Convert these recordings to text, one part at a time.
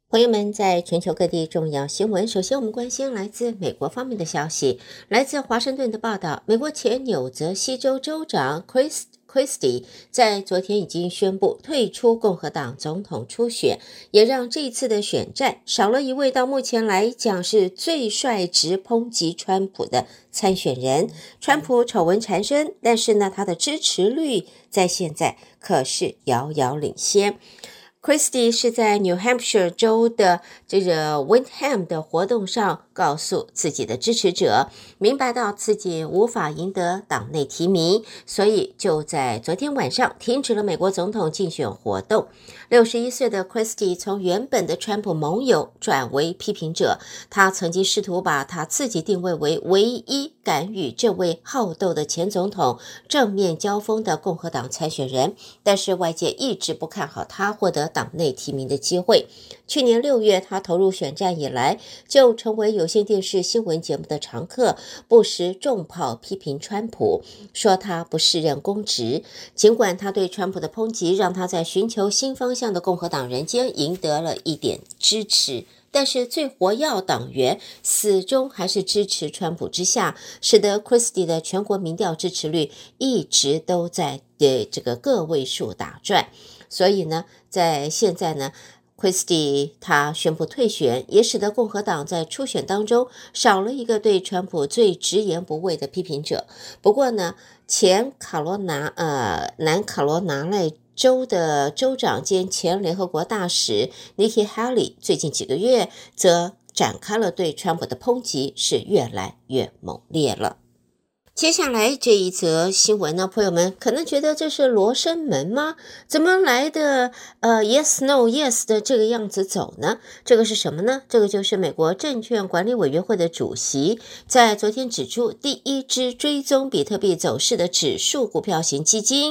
朋友们，在全球各地重要新闻，首先我们关心来自美国方面的消息。来自华盛顿的报道，美国前纽泽西州州长 Christie 在昨天已经宣布退出共和党总统初选，也让这一次的选战少了一位到目前来讲是最率直抨击川普的参选人。川普丑闻缠身，但是呢，他的支持率在现在可是遥遥领先。Christie 是在 New Hampshire 州的这个 Windham 的活动上告诉自己的支持者，明白到自己无法赢得党内提名，所以就在昨天晚上停止了美国总统竞选活动。61岁的 Christie 从原本的川普盟友转为批评者，他曾经试图把他自己定位为唯一敢与这位好斗的前总统正面交锋的共和党参选人，但是外界一直不看好他获得党内提名的机会。去年6月他投入选战以来，就成为有线电视新闻节目的常客，不时重炮批评川普，说他不适任公职。尽管他对川普的抨击让他在寻求新方向的共和党人间赢得了一点支持，但是最活跃党员始终还是支持川普之下，使得 Christie 的全国民调支持率一直都在这个个位数打转。所以呢，在现在呢，Christie 他宣布退选，也使得共和党在初选当中少了一个对川普最直言不讳的批评者。不过呢，南卡罗来纳州的州长兼前联合国大使 Nikki Haley 最近几个月则展开了对川普的抨击，是越来越猛烈了。接下来这一则新闻呢，朋友们可能觉得这是罗生门吗？怎么来的yes no yes 的这个样子走呢？这个是什么呢？这个就是美国证券管理委员会的主席在昨天指出，第一支追踪比特币走势的指数股票型基金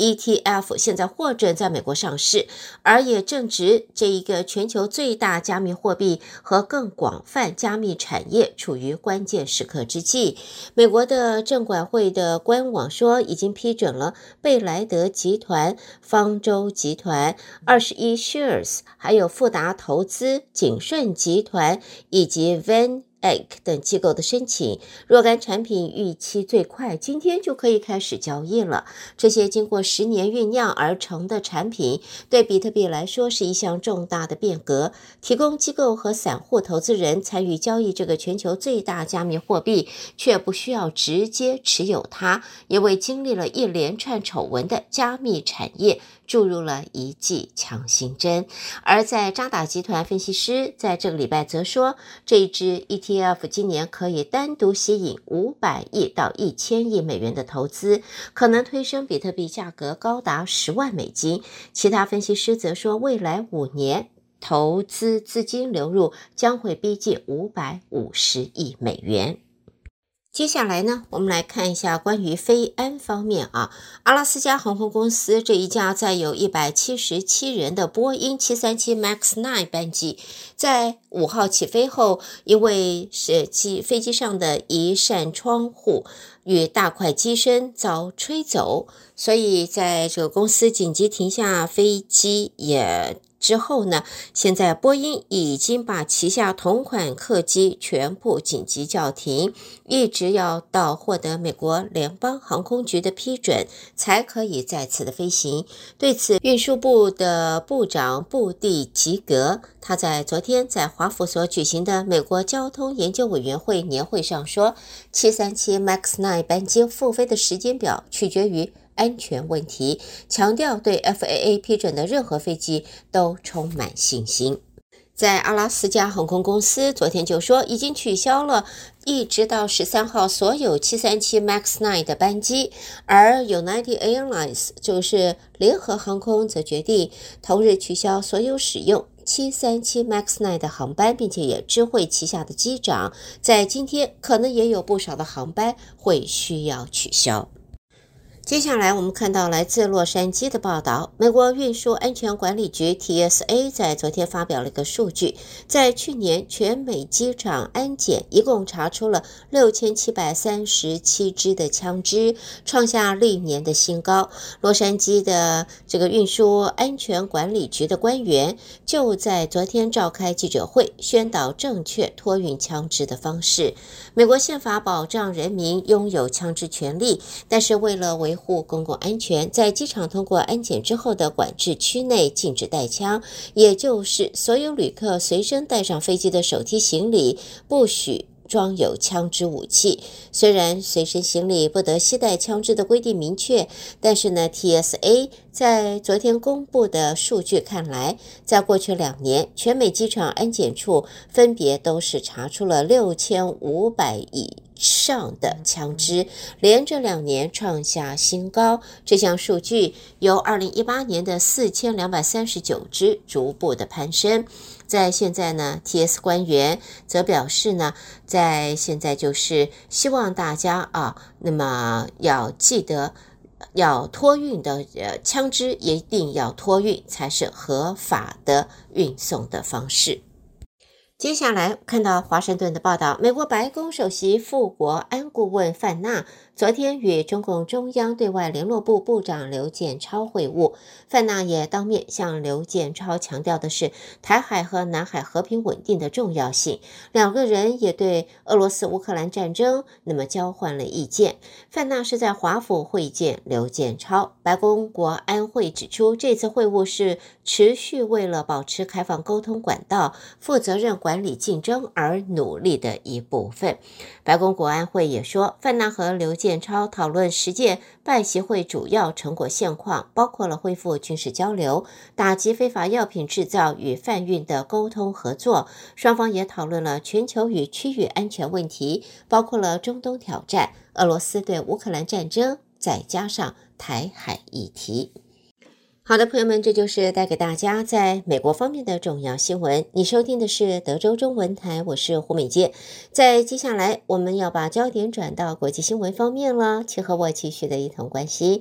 ETF 现在获准在美国上市，而也正值这一个全球最大加密货币和更广泛加密产业处于关键时刻之际。美国的证管会的官网说，已经批准了贝莱德集团、方舟集团、21Shares 还有富达投资、景顺集团以及 Van Eck 等机构的申请，若干产品预期最快今天就可以开始交易了。这些经过10年酝酿而成的产品，对比特币来说是一项重大的变革，提供机构和散户投资人参与交易这个全球最大加密货币，却不需要直接持有它，也为经历了一连串丑闻的加密产业注入了一剂强心针。而在渣打集团分析师在这个礼拜则说，这一支 ETF 今年可以单独吸引500亿到1000亿美元的投资，可能推升比特币价格高达10万美金。其他分析师则说，未来5年投资资金流入将会逼近550亿美元。接下来呢，我们来看一下关于飞安方面啊。阿拉斯加航空公司这一架载有177人的波音737 MAX 9班机，在5号起飞后，因为飞机上的一扇窗户与大块机身遭吹走，所以在这个公司紧急停下飞机之后呢，现在波音已经把旗下同款客机全部紧急叫停，一直要到获得美国联邦航空局的批准才可以再次的飞行。对此，运输部的部长布蒂吉格，他在昨天在华府所举行的美国交通研究委员会年会上说，737 MAX 9班机复飞的时间表取决于安全问题，强调对 FAA 批准的任何飞机都充满信心。在阿拉斯加航空公司昨天就说，已经取消了一直到13号所有737 MAX 9的班机，而 United Airlines 就是联合航空则决定同日取消所有使用737 MAX 9的航班，并且也知会旗下的机长，在今天可能也有不少的航班会需要取消。接接下来我们看到来自洛杉矶的报道，美国运输安全管理局 TSA 在昨天发表了一个数据，在去年全美机场安检一共查出了6737支的枪支，创下历年的新高。洛杉矶的这个运输安全管理局的官员就在昨天召开记者会，宣导正确托运枪支的方式。美国宪法保障人民拥有枪支权利，但是为了维护公共安全，在机场通过安检之后的管制区内禁止带枪，也就是所有旅客随身带上飞机的手提行李不许装有枪支武器。虽然随身行李不得携带枪支的规定明确，但是呢 TSA 在昨天公布的数据看来，在过去2年，全美机场安检处分别都是查出了6500以上的枪支，连着2年创下新高。这项数据由2018年的4239支逐步的攀升。在现在呢 TS 官员则表示呢，在现在就是希望大家那么要记得要托运的枪支一定要托运，才是合法的运送的方式。接下来看到华盛顿的报道，美国白宫首席副国安顾问范纳昨天与中共中央对外联络部部长刘建超会晤，范纳也当面向刘建超强调的是台海和南海和平稳定的重要性，两个人也对俄罗斯乌克兰战争那么交换了意见。范纳是在华府会见刘建超，白宫国安会指出，这次会晤是持续为了保持开放沟通管道、负责任管理竞争而努力的一部分。白宫国安会也说，范纳和刘建超讨论10届拜习会主要成果现况，包括了恢复军事交流、打击非法药品制造与贩运的沟通合作。双方也讨论了全球与区域安全问题，包括了中东挑战、俄罗斯对乌克兰战争，再加上台海议题。好的，朋友们，这就是带给大家在美国方面的重要新闻。你收听的是德州中文台，我是胡美健。在接下来，我们要把焦点转到国际新闻方面了，请和我继续的一同关心。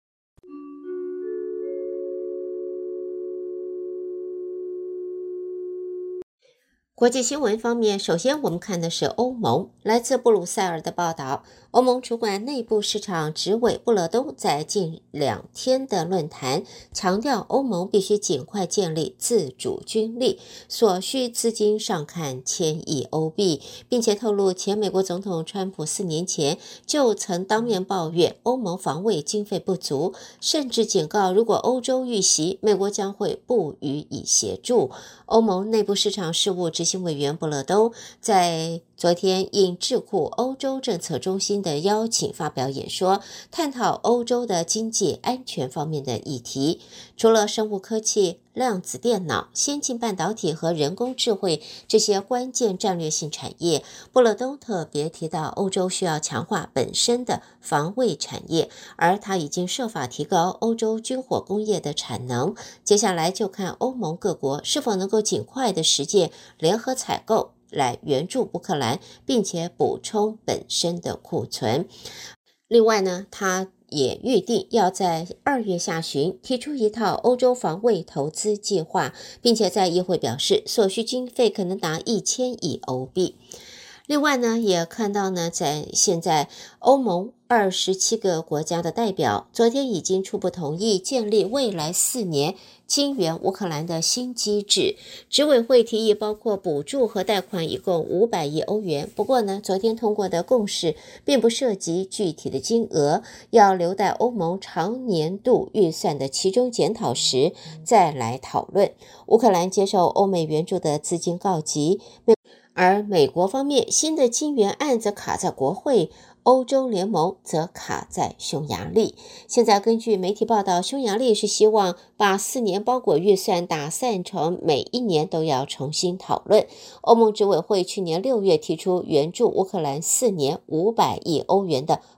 国际新闻方面，首先我们看的是欧盟。来自布鲁塞尔的报道，欧盟主管内部市场执委布勒东在近2天的论坛强调，欧盟必须尽快建立自主军力，所需资金上看1000亿欧币，并且透露前美国总统川普4年前就曾当面抱怨欧盟防卫经费不足，甚至警告如果欧洲遇袭，美国将会不予以协助。欧盟内部市场事务执行委员布勒东在昨天应智库欧洲政策中心的邀请发表演说，探讨欧洲的经济安全方面的议题。除了生物科技、量子电脑、先进半导体和人工智慧这些关键战略性产业，布勒东特别提到欧洲需要强化本身的防卫产业，而他已经设法提高欧洲军火工业的产能。接下来就看欧盟各国是否能够尽快的实践联合采购，来援助乌克兰，并且补充本身的库存。另外呢，他也预定要在2月下旬提出一套欧洲防卫投资计划，并且在议会表示所需经费可能达1000亿欧币。另外呢，也看到呢，在现在欧盟27个国家的代表昨天已经初步同意建立未来4年金援乌克兰的新机制。执委会提议包括补助和贷款一共500亿欧元，不过呢，昨天通过的共识并不涉及具体的金额，要留待欧盟长年度预算的期中检讨时再来讨论。乌克兰接受欧美援助的资金告急，而美国方面新的金援案则卡在国会，欧洲联盟则卡在匈牙利。现在根据媒体报道，匈牙利是希望把4年包裹预算打散成每1年都要重新讨论。欧盟执委会去年6月提出援助乌克兰4年500亿欧元的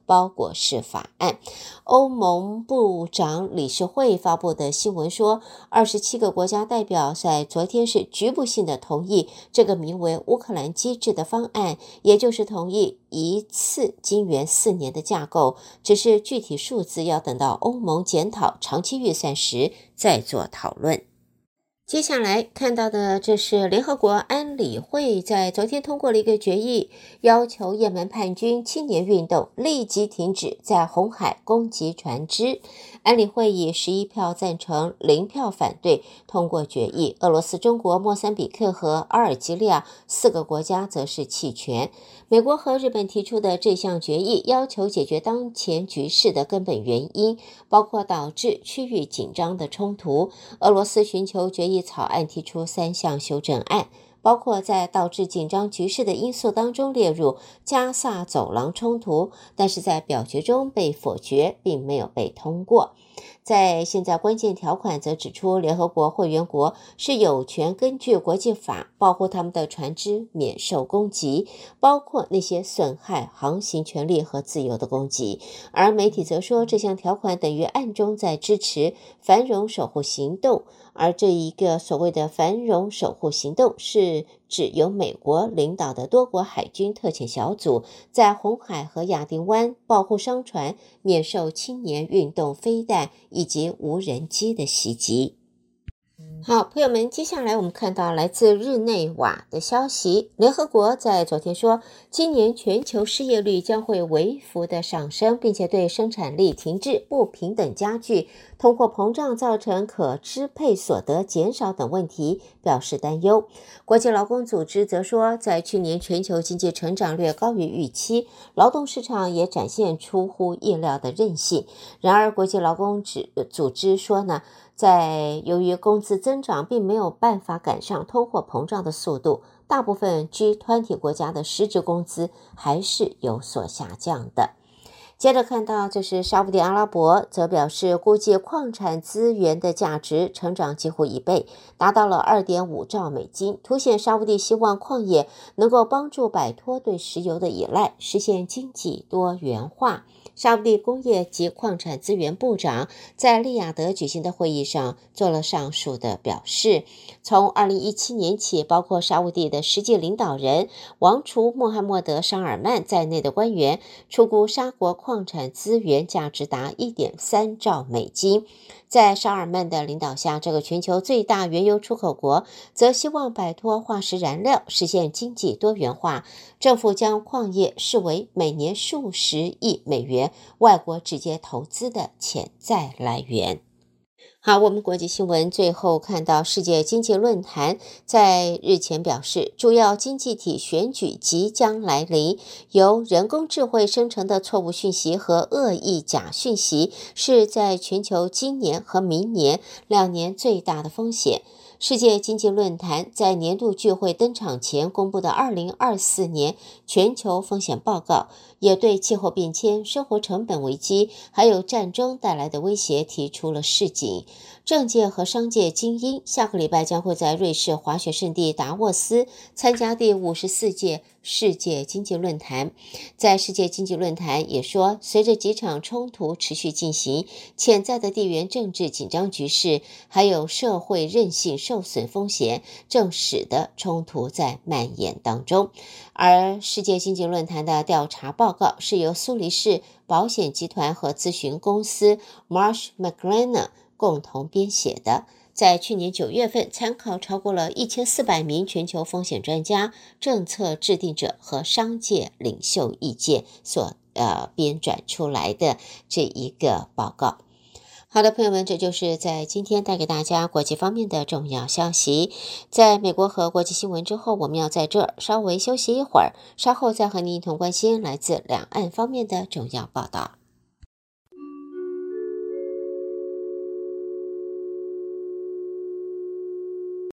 包裹式法案。欧盟部长理事会发布的新闻说，27个国家代表在昨天是局部性的同意这个名为乌克兰机制的方案，也就是同意一次经援4年的架构，只是具体数字要等到欧盟检讨长期预算时再做讨论。接下来看到的，这是联合国安理会在昨天通过了一个决议，要求也门叛军青年运动立即停止在红海攻击船只。安理会以11票赞成0票反对通过决议，俄罗斯、中国、莫桑比克和阿尔及利亚4个国家则是弃权。美国和日本提出的这项决议要求解决当前局势的根本原因，包括导致区域紧张的冲突。俄罗斯寻求决议草案提出3项修正案，包括在导致紧张局势的因素当中列入加萨走廊冲突，但是在表决中被否决，并没有被通过。在现在关键条款则指出，联合国会员国是有权根据国际法保护他们的船只免受攻击，包括那些损害航行权利和自由的攻击。而媒体则说，这项条款等于暗中在支持繁荣守护行动，而这一个所谓的繁荣守护行动是指由美国领导的多国海军特遣小组在红海和亚丁湾保护商船免受青年运动飞弹以及无人机的袭击。好，朋友们，接下来我们看到来自日内瓦的消息，联合国在昨天说，今年全球失业率将会微幅的上升，并且对生产力停滞、不平等加剧、通货膨胀造成可支配所得减少等问题表示担忧。国际劳工组织则说，在去年全球经济成长略高于预期，劳动市场也展现出乎意料的韧性。然而，国际劳工组织说呢，由于工资增长并没有办法赶上通货膨胀的速度，大部分G20国家的实质工资还是有所下降的。接着看到，这是沙烏地阿拉伯则表示，估计矿产资源的价值成长几乎1倍，达到了2.5兆美金，凸显沙烏地希望矿业能够帮助摆脱对石油的依赖，实现经济多元化。沙烏地工业及矿产资源部长在利雅得举行的会议上做了上述的表示。从2017年起，包括沙烏地的实际领导人王储穆罕默德·沙尔曼在内的官员出估沙国矿产资源价值达 1.3 兆美金。在沙尔曼的领导下，这个全球最大原油出口国则希望摆脱化石燃料，实现经济多元化。政府将矿业视为每年数十亿美元外国直接投资的潜在来源。好，我们国际新闻最后看到，世界经济论坛在日前表示，主要经济体选举即将来临，由人工智慧生成的错误讯息和恶意假讯息是在全球今年和明年2年最大的风险。世界经济论坛在年度聚会登场前公布的2024年全球风险报告，也对气候变迁、生活成本危机还有战争带来的威胁提出了示警。政界和商界精英下个礼拜将会在瑞士滑雪胜地达沃斯参加第54届世界经济论坛。在世界经济论坛也说，随着几场冲突持续进行，潜在的地缘政治紧张局势还有社会韧性受损风险正使得冲突在蔓延当中。而世界经济论坛的调查报告是由苏黎世保险集团和咨询公司 Marsh McLennan 共同编写的，在去年9月份参考超过了1400名全球风险专家、政策制定者和商界领袖意见所编撰出来的这一个报告。好的，朋友们，这就是在今天带给大家国际方面的重要消息。在美国和国际新闻之后，我们要在这儿稍微休息一会儿，稍后再和您一同关心来自两岸方面的重要报道。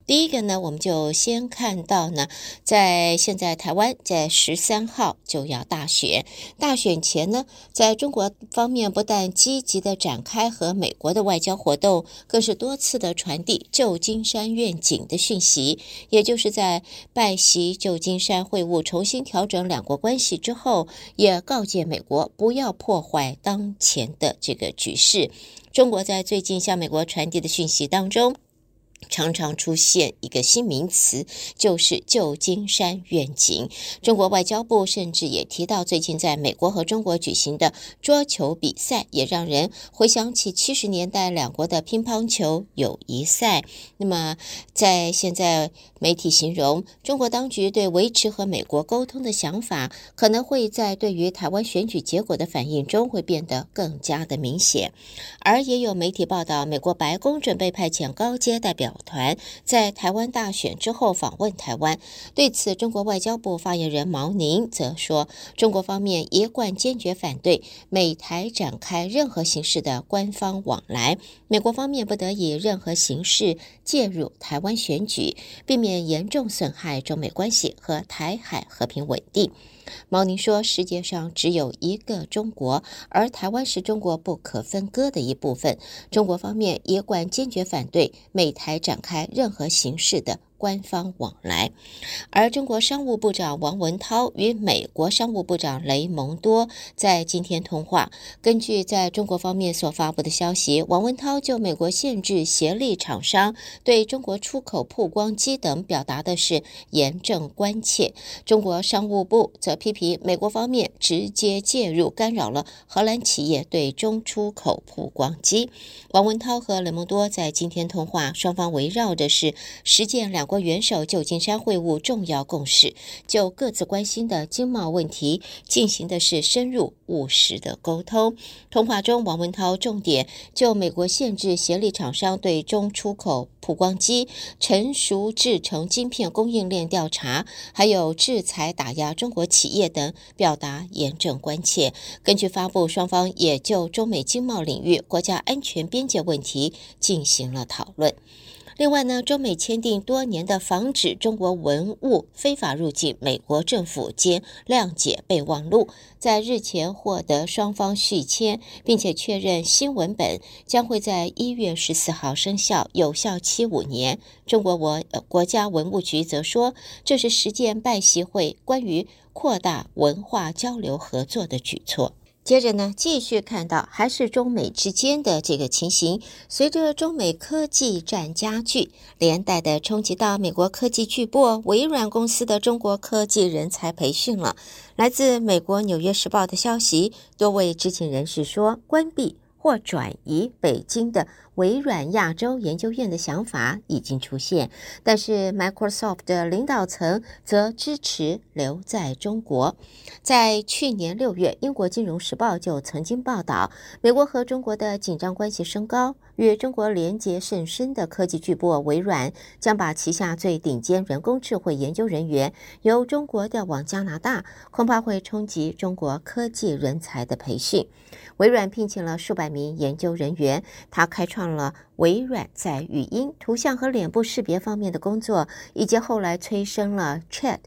第一个呢，我们就先看到呢，在现在台湾在13号就要大选，大选前呢，在中国方面不但积极的展开和美国的外交活动，更是多次的传递旧金山愿景的讯息，也就是在拜习旧金山会晤重新调整两国关系之后，也告诫美国不要破坏当前的这个局势。中国在最近向美国传递的讯息当中，常常出现一个新名词，就是旧金山愿景。中国外交部甚至也提到，最近在美国和中国举行的桌球比赛，也让人回想起70年代两国的乒乓球友谊赛。那么在现在媒体形容，中国当局对维持和美国沟通的想法，可能会在对于台湾选举结果的反应中会变得更加的明显。而也有媒体报道，美国白宫准备派遣高阶代表团在台湾大选之后访问台湾。对此，中国外交部发言人毛宁则说，中国方面一贯坚决反对美台展开任何形式的官方往来，美国方面不得以任何形式介入台湾选举，避免严重损害中美关系和台海和平稳定。毛宁说，世界上只有一个中国，而台湾是中国不可分割的一部分。中国方面一贯坚决反对美台展开任何形式的官方往来。而中国商务部长王文涛与美国商务部长雷蒙多在今天通话。根据在中国方面所发布的消息，王文涛就美国限制协力厂商对中国出口曝光机等表达的是严正关切。中国商务部则批评美国方面直接介入干扰了荷兰企业对中出口曝光机。王文涛和雷蒙多在今天通话，双方围绕的是实践两国元首旧金山会晤重要共识，就各自关心的经贸问题进行的是深入务实的沟通。通话中，王文涛重点就美国限制协力厂商对中出口曝光机、成熟制成晶片供应链调查，还有制裁打压中国企业等表达严正关切。根据发布，双方也就中美经贸领域、国家安全边界问题进行了讨论。另外呢，中美签订多年的防止中国文物非法入境美国政府间谅解备忘录，在日前获得双方续签，并且确认新文本将会在1月14号生效，有效期5年。中国国家文物局则说，这是实践拜习会关于扩大文化交流合作的举措。接着呢，继续看到还是中美之间的这个情形，随着中美科技战加剧，连带的冲击到美国科技巨擘微软公司的中国科技人才培训了。来自美国《纽约时报》的消息，多位知情人士说，关闭或转移北京的微软亚洲研究院的想法已经出现，但是 Microsoft 的领导层则支持留在中国。在去年6月，英国金融时报就曾经报道，美国和中国的紧张关系升高，与中国连结甚深的科技巨擘微软将把旗下最顶尖人工智慧研究人员由中国调往加拿大，恐怕会冲击中国科技人才的培训。微软聘请了数百名研究人员，它开创了微软在语音、图像和脸部识别方面的工作，以及后来催生了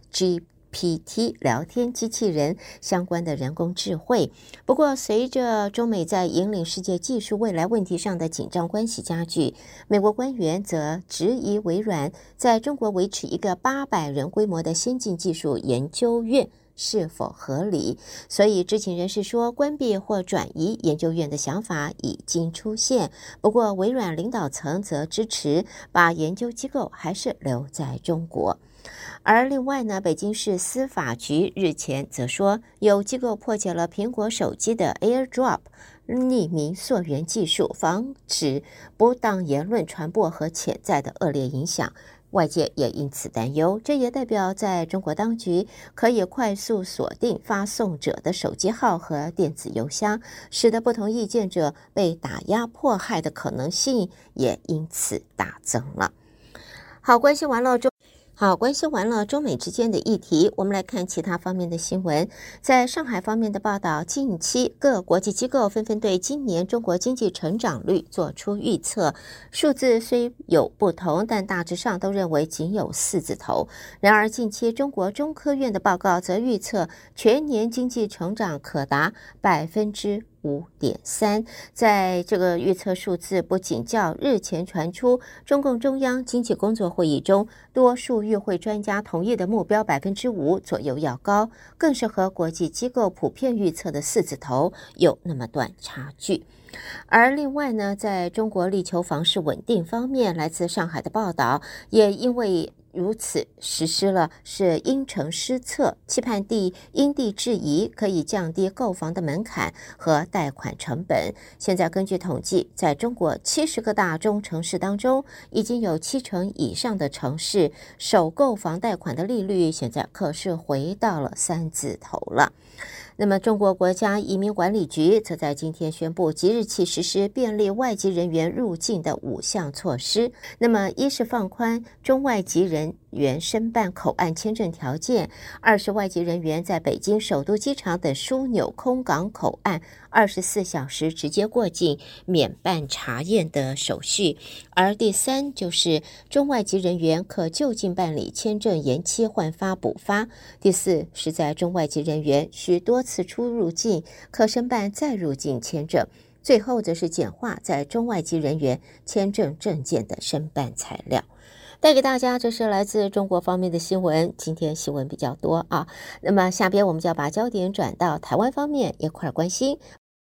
ChatGPT 聊天机器人相关的人工智慧。不过，随着中美在引领世界技术未来问题上的紧张关系加剧，美国官员则质疑微软在中国维持一个800人规模的先进技术研究院是否合理。所以知情人士说，关闭或转移研究院的想法已经出现。不过微软领导层则支持把研究机构还是留在中国。而另外呢，北京市司法局日前则说，有机构破解了苹果手机的 AirDrop 匿名溯源技术，防止不当言论传播和潜在的恶劣影响。外界也因此担忧，这也代表在中国当局可以快速锁定发送者的手机号和电子邮箱，使得不同意见者被打压迫害的可能性也因此大增了。好，关心完了好，关心完了中美之间的议题，我们来看其他方面的新闻。在上海方面的报道，近期各国际机构纷纷对今年中国经济成长率做出预测，数字虽有不同，但大致上都认为仅有4字头。然而，近期中国中科院的报告则预测全年经济成长可达5.3%。在这个预测数字不仅较日前传出中共中央经济工作会议中多数与会专家同意的目标5%左右要高，更是和国际机构普遍预测的4字头有那么段差距。而另外呢，在中国力求房市稳定方面，来自上海的报道也因为如此实施了是因城施策，期盼因地制宜，可以降低购房的门槛和贷款成本。现在根据统计，在中国70个大中城市当中，已经有70%以上的城市首购房贷款的利率现在可是回到了3字头了。那么，中国国家移民管理局则在今天宣布，即日起实施便利外籍人员入境的5项措施。那么，一是放宽中外籍人员申办口岸签证条件；二是外籍人员在北京首都机场等枢纽空港口岸24小时直接过境，免办查验的手续；而第三就是中外籍人员可就近办理签证延期、换发、补发；第四是在中外籍人员需多次出入境，可申办再入境签证；最后则是简化在中外籍人员签证证件的申办材料。带给大家，这是来自中国方面的新闻。今天新闻比较多啊，那么下边我们就要把焦点转到台湾方面，一块关心。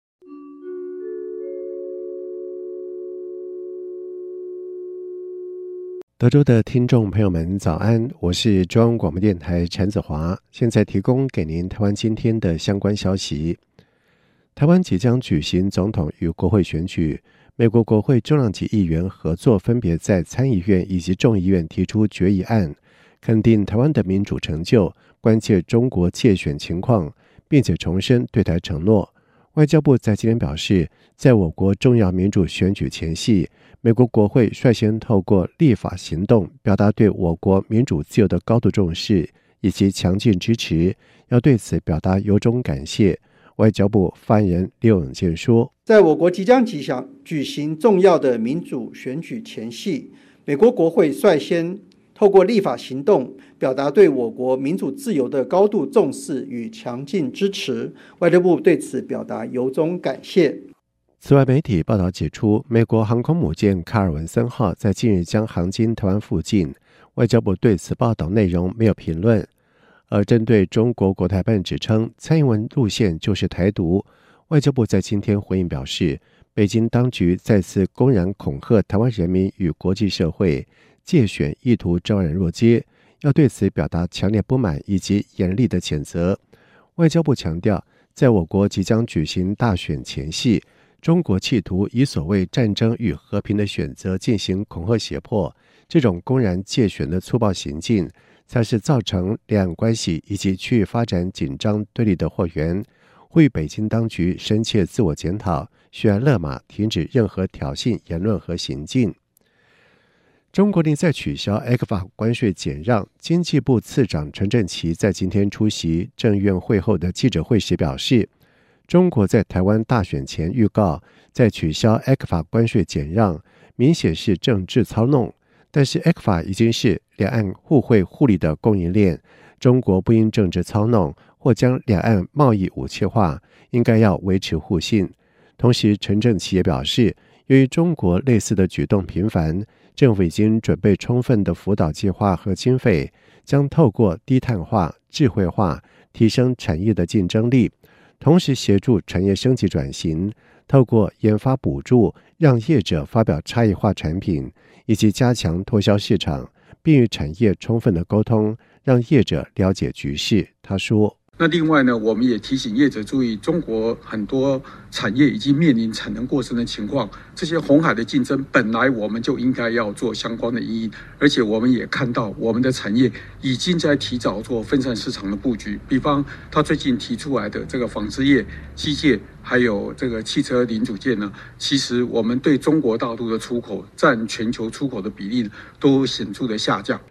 德州的听众朋友们早安，我是中央广播电台陈子华，现在提供给您台湾今天的相关消息。台湾即将举行总统与国会选举，美国国会重量级议员合作分别在参议院以及众议院提出决议案，肯定台湾的民主成就，关切中国介选情况，并且重申对台承诺。外交部在今天表示，在我国重要民主选举前夕，美国国会率先透过立法行动，表达对我国民主自由的高度重视以及强劲支持，要对此表达由衷感谢。外交部发言人刘永健说， 在我国即将举行重要的民主选举前夕，美国国会率先透过立法行动，表达对我国民主自由的高度重视与强劲支持，外交部对此表达由衷感谢。 此外，媒体报道指出，美国航空母舰卡尔文森号在近日将航经台湾附近，外交部对此报道内容没有评论。而针对中国国台办指称蔡英文路线就是台独，外交部在今天回应表示，北京当局再次公然恐吓台湾人民与国际社会，介选意图招揽若揭，要对此表达强烈不满以及严厉的谴责。外交部强调，在我国即将举行大选前夕，中国企图以所谓战争与和平的选择进行恐吓胁迫，这种公然介选的粗暴行径，才是造成两岸关系以及区域发展紧张对立的祸源。呼吁北京当局深切自我检讨，悬崖勒马，停止任何挑衅言论和行径。中国另在取消 ECFA 关税减让，经济部次长陈振奇在今天出席政院会后的记者会时表示，中国在台湾大选前预告在取消 ECFA 关税减让，明显是政治操弄，但是 ECFA 已经是两岸互惠互利的供应链，中国不应政治操弄或将两岸贸易武器化，应该要维持互信。同时，陈振奇也表示，由于中国类似的举动频繁，政府已经准备充分的辅导计划和经费，将透过低碳化、智慧化提升产业的竞争力，同时协助产业升级转型，透过研发补助让业者发表差异化产品，以及加强脱销市场，并与产业充分的沟通，让业者了解局势。他说， 那另外呢，我们也提醒业者注意，中国很多产业已经面临产能过剩的情况，这些红海的竞争本来我们就应该要做相关的因应，而且我们也看到我们的产业已经在提早做分散市场的布局，比方他最近提出来的这个纺织业、机械还有这个汽车零组件呢，其实我们对中国大陆的出口占全球出口的比例都显著的下降。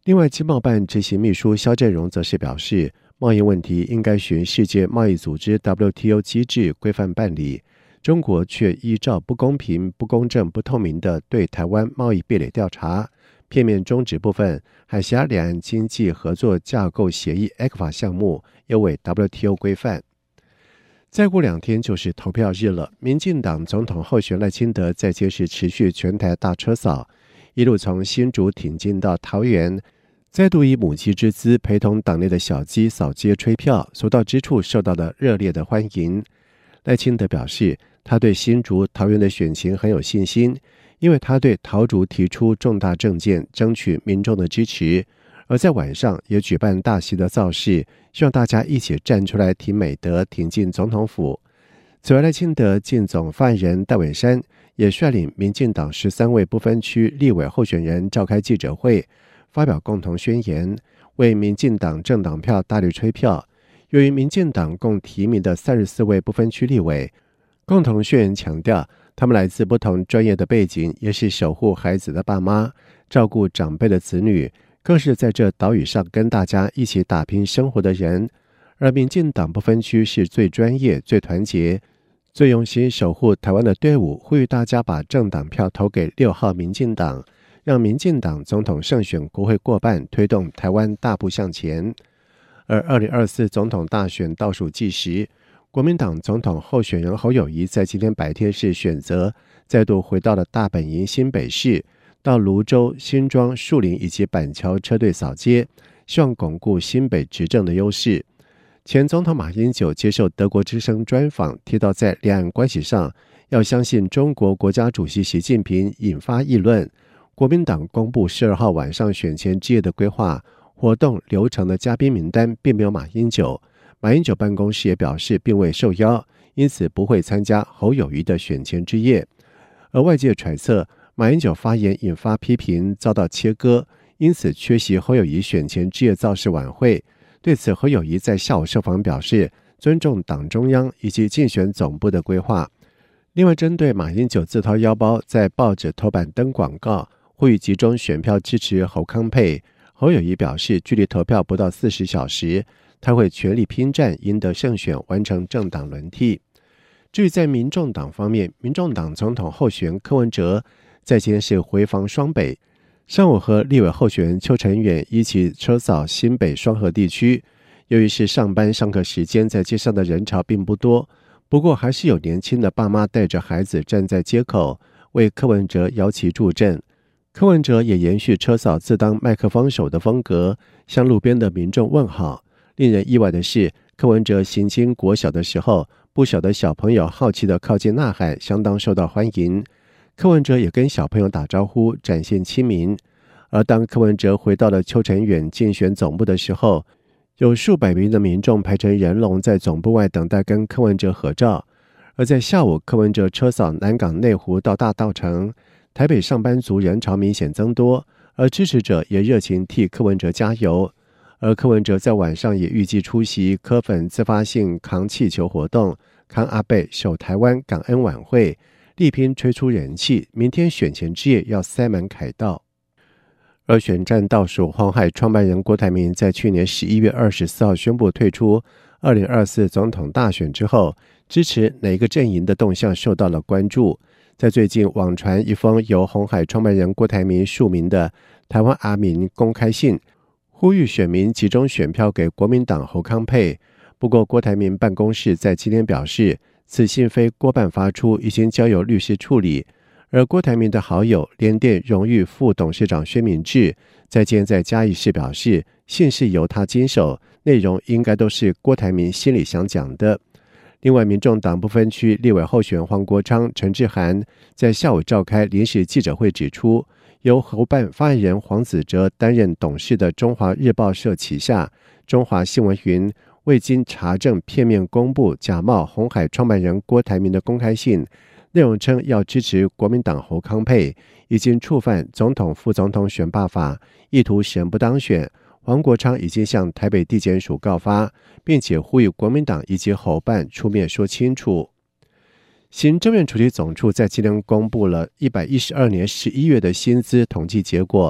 另外，经贸办执行秘书肖振荣则是表示，贸易问题应该循世界贸易组织 WTO 机制规范办理，中国却依照不公平、不公正、不透明的对台湾贸易壁垒调查，片面终止部分海峡两岸经济合作架构协议 ECFA 项目，有违 WTO 规范。再过2天就是投票日了，民进党总统候选赖清德在街市持续全台大车扫，一路从新竹挺进到桃园，再度以母鸡之姿陪同党内的小鸡扫街吹票，所到之处受到了热烈的欢迎。赖清德表示，他对新竹、桃园的选情很有信心，因为他对桃竹提出重大政见，争取民众的支持。而在晚上也举办大型的造势，希望大家一起站出来挺美德，挺进总统府。此外，赖清德进总发言人戴伟山也率领民进党13位不分区立委候选人召开记者会，发表共同宣言，为民进党政党票大力吹票。由于民进党共提名的34位不分区立委，共同宣言强调，他们来自不同专业的背景，也是守护孩子的爸妈，照顾长辈的子女，更是在这岛屿上跟大家一起打拼生活的人。而民进党不分区是最专业、最团结、最用心守护台湾的队伍，呼吁大家把政党票投给6号民进党，让民进党总统胜选国会过半，推动台湾大步向前。而2024总统大选倒数计时，国民党总统候选人侯友宜在今天白天是选择再度回到了大本营新北市，到芦洲、新庄、树林以及板桥车队扫街，希望巩固新北执政的优势。前总统马英九接受德国之声专访，提到在两岸关系上要相信中国国家主席习近平，引发议论。国民党公布12号晚上选前之夜的规划活动流程的嘉宾名单，并没有马英九。马英九办公室也表示并未受邀，因此不会参加侯友宜的选前之夜。而外界揣测马英九发言引发批评，遭到切割，因此缺席侯友宜选前之夜造势晚会。对此，侯友宜在下午受访表示，尊重党中央以及竞选总部的规划。另外，针对马英九自掏腰包在报纸头版登广告，呼吁集中选票支持侯康配，侯友宜表示，距离投票不到40小时，他会全力拼战，赢得胜选，完成政党轮替。至于在民众党方面，民众党总统候选人柯文哲在今天是回访双北，上午和立委候选人邱成远一起车扫新北双和地区。由于是上班上课时间，在街上的人潮并不多，不过还是有年轻的爸妈带着孩子站在街口为柯文哲摇旗助阵。柯文哲也延续车扫自当麦克风手的风格，向路边的民众问好。令人意外的是，柯文哲行经国小的时候，不少的小朋友好奇地靠近呐喊，相当受到欢迎。柯文哲也跟小朋友打招呼，展现亲民。而当柯文哲回到了邱成远竞选总部的时候，有数百名的民众排成人龙在总部外等待跟柯文哲合照。而在下午，柯文哲车扫南港内湖到大稻埕，台北上班族人潮明显增多，而支持者也热情替柯文哲加油。而柯文哲在晚上也预计出席柯粉自发性扛气球活动、扛阿伯守台湾感恩晚会，力拼吹出人气。明天选前之夜要塞满凯道。而选战倒数，鸿海创办人郭台铭在去年11月24号宣布退出2024总统大选之后，支持哪个阵营的动向受到了关注。在最近网传一封由鸿海创办人郭台铭署名的台湾阿民公开信，呼吁选民集中选票给国民党侯康配。不过郭台铭办公室在今天表示，此信非郭办发出，已经交由律师处理。而郭台铭的好友联电荣誉副董事长薛明志在今天在嘉义市表示，信是由他经手，内容应该都是郭台铭心里想讲的。另外，民众党不分区立委候选人黄国昌、陈志涵在下午召开临时记者会指出，由侯办发言人黄子哲担任董事的中华日报社旗下中华新闻云未经查证片面公布假冒鸿海创办人郭台铭的公开信，内容称要支持国民党侯康配，已经触犯总统副总统选罢法，意图使人不当选。黄国昌已经向台北地检署告发，并且呼吁国民党以及侯办出面说清楚。行政院主计总处在今天公布了112年11月的薪资统计结果，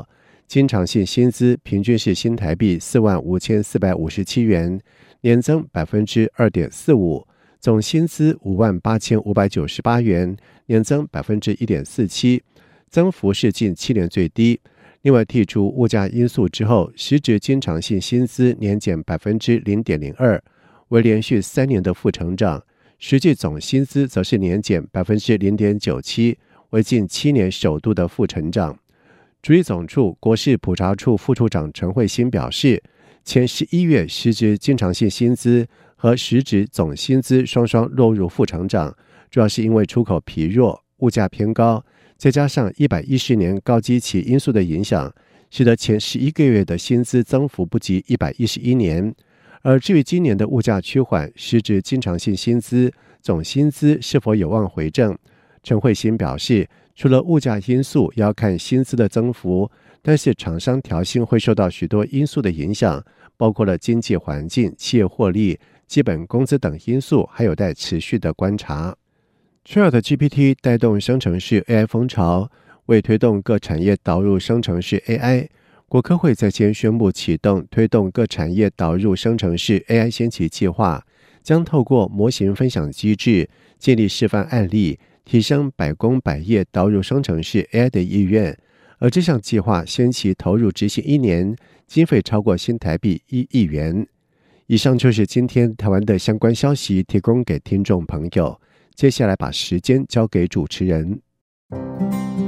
经常性薪资平均是新台币45457元，年增 2.45%， 总薪资58598元，年增 1.47%， 增幅是近7年最低。另外剔除物价因素之后，实质经常性薪资年减 0.02%， 为连续3年的负成长，实际总薪资则是年减 0.97%， 为近7年首度的负成长。主计总处国事普查处副处长陈慧欣表示，前11月实质经常性薪资和实质总薪资双双落入负成长，主要是因为出口疲弱、物价偏高，再加上110年高基期因素的影响，使得前11个月的薪资增幅不及111年。而至于今年的物价趋缓，实质经常性薪资、总薪资是否有望回正，陈慧欣表示，除了物价因素也要看薪资的增幅，但是厂商调薪会受到许多因素的影响，包括了经济环境、企业获利、基本工资等因素，还有待持续的观察。ChatGPT 带动生成式 AI 风潮，为推动各产业导入生成式 AI， 国科会在先宣布启动推动各产业导入生成式 AI 先期计划，将透过模型分享机制，建立示范案例，提升百工百业导入生成式 AI 的意愿。而这项计划先期投入执行1年，经费超过新台币1亿元。以上就是今天台湾的相关消息，提供给听众朋友。接下来把时间交给主持人。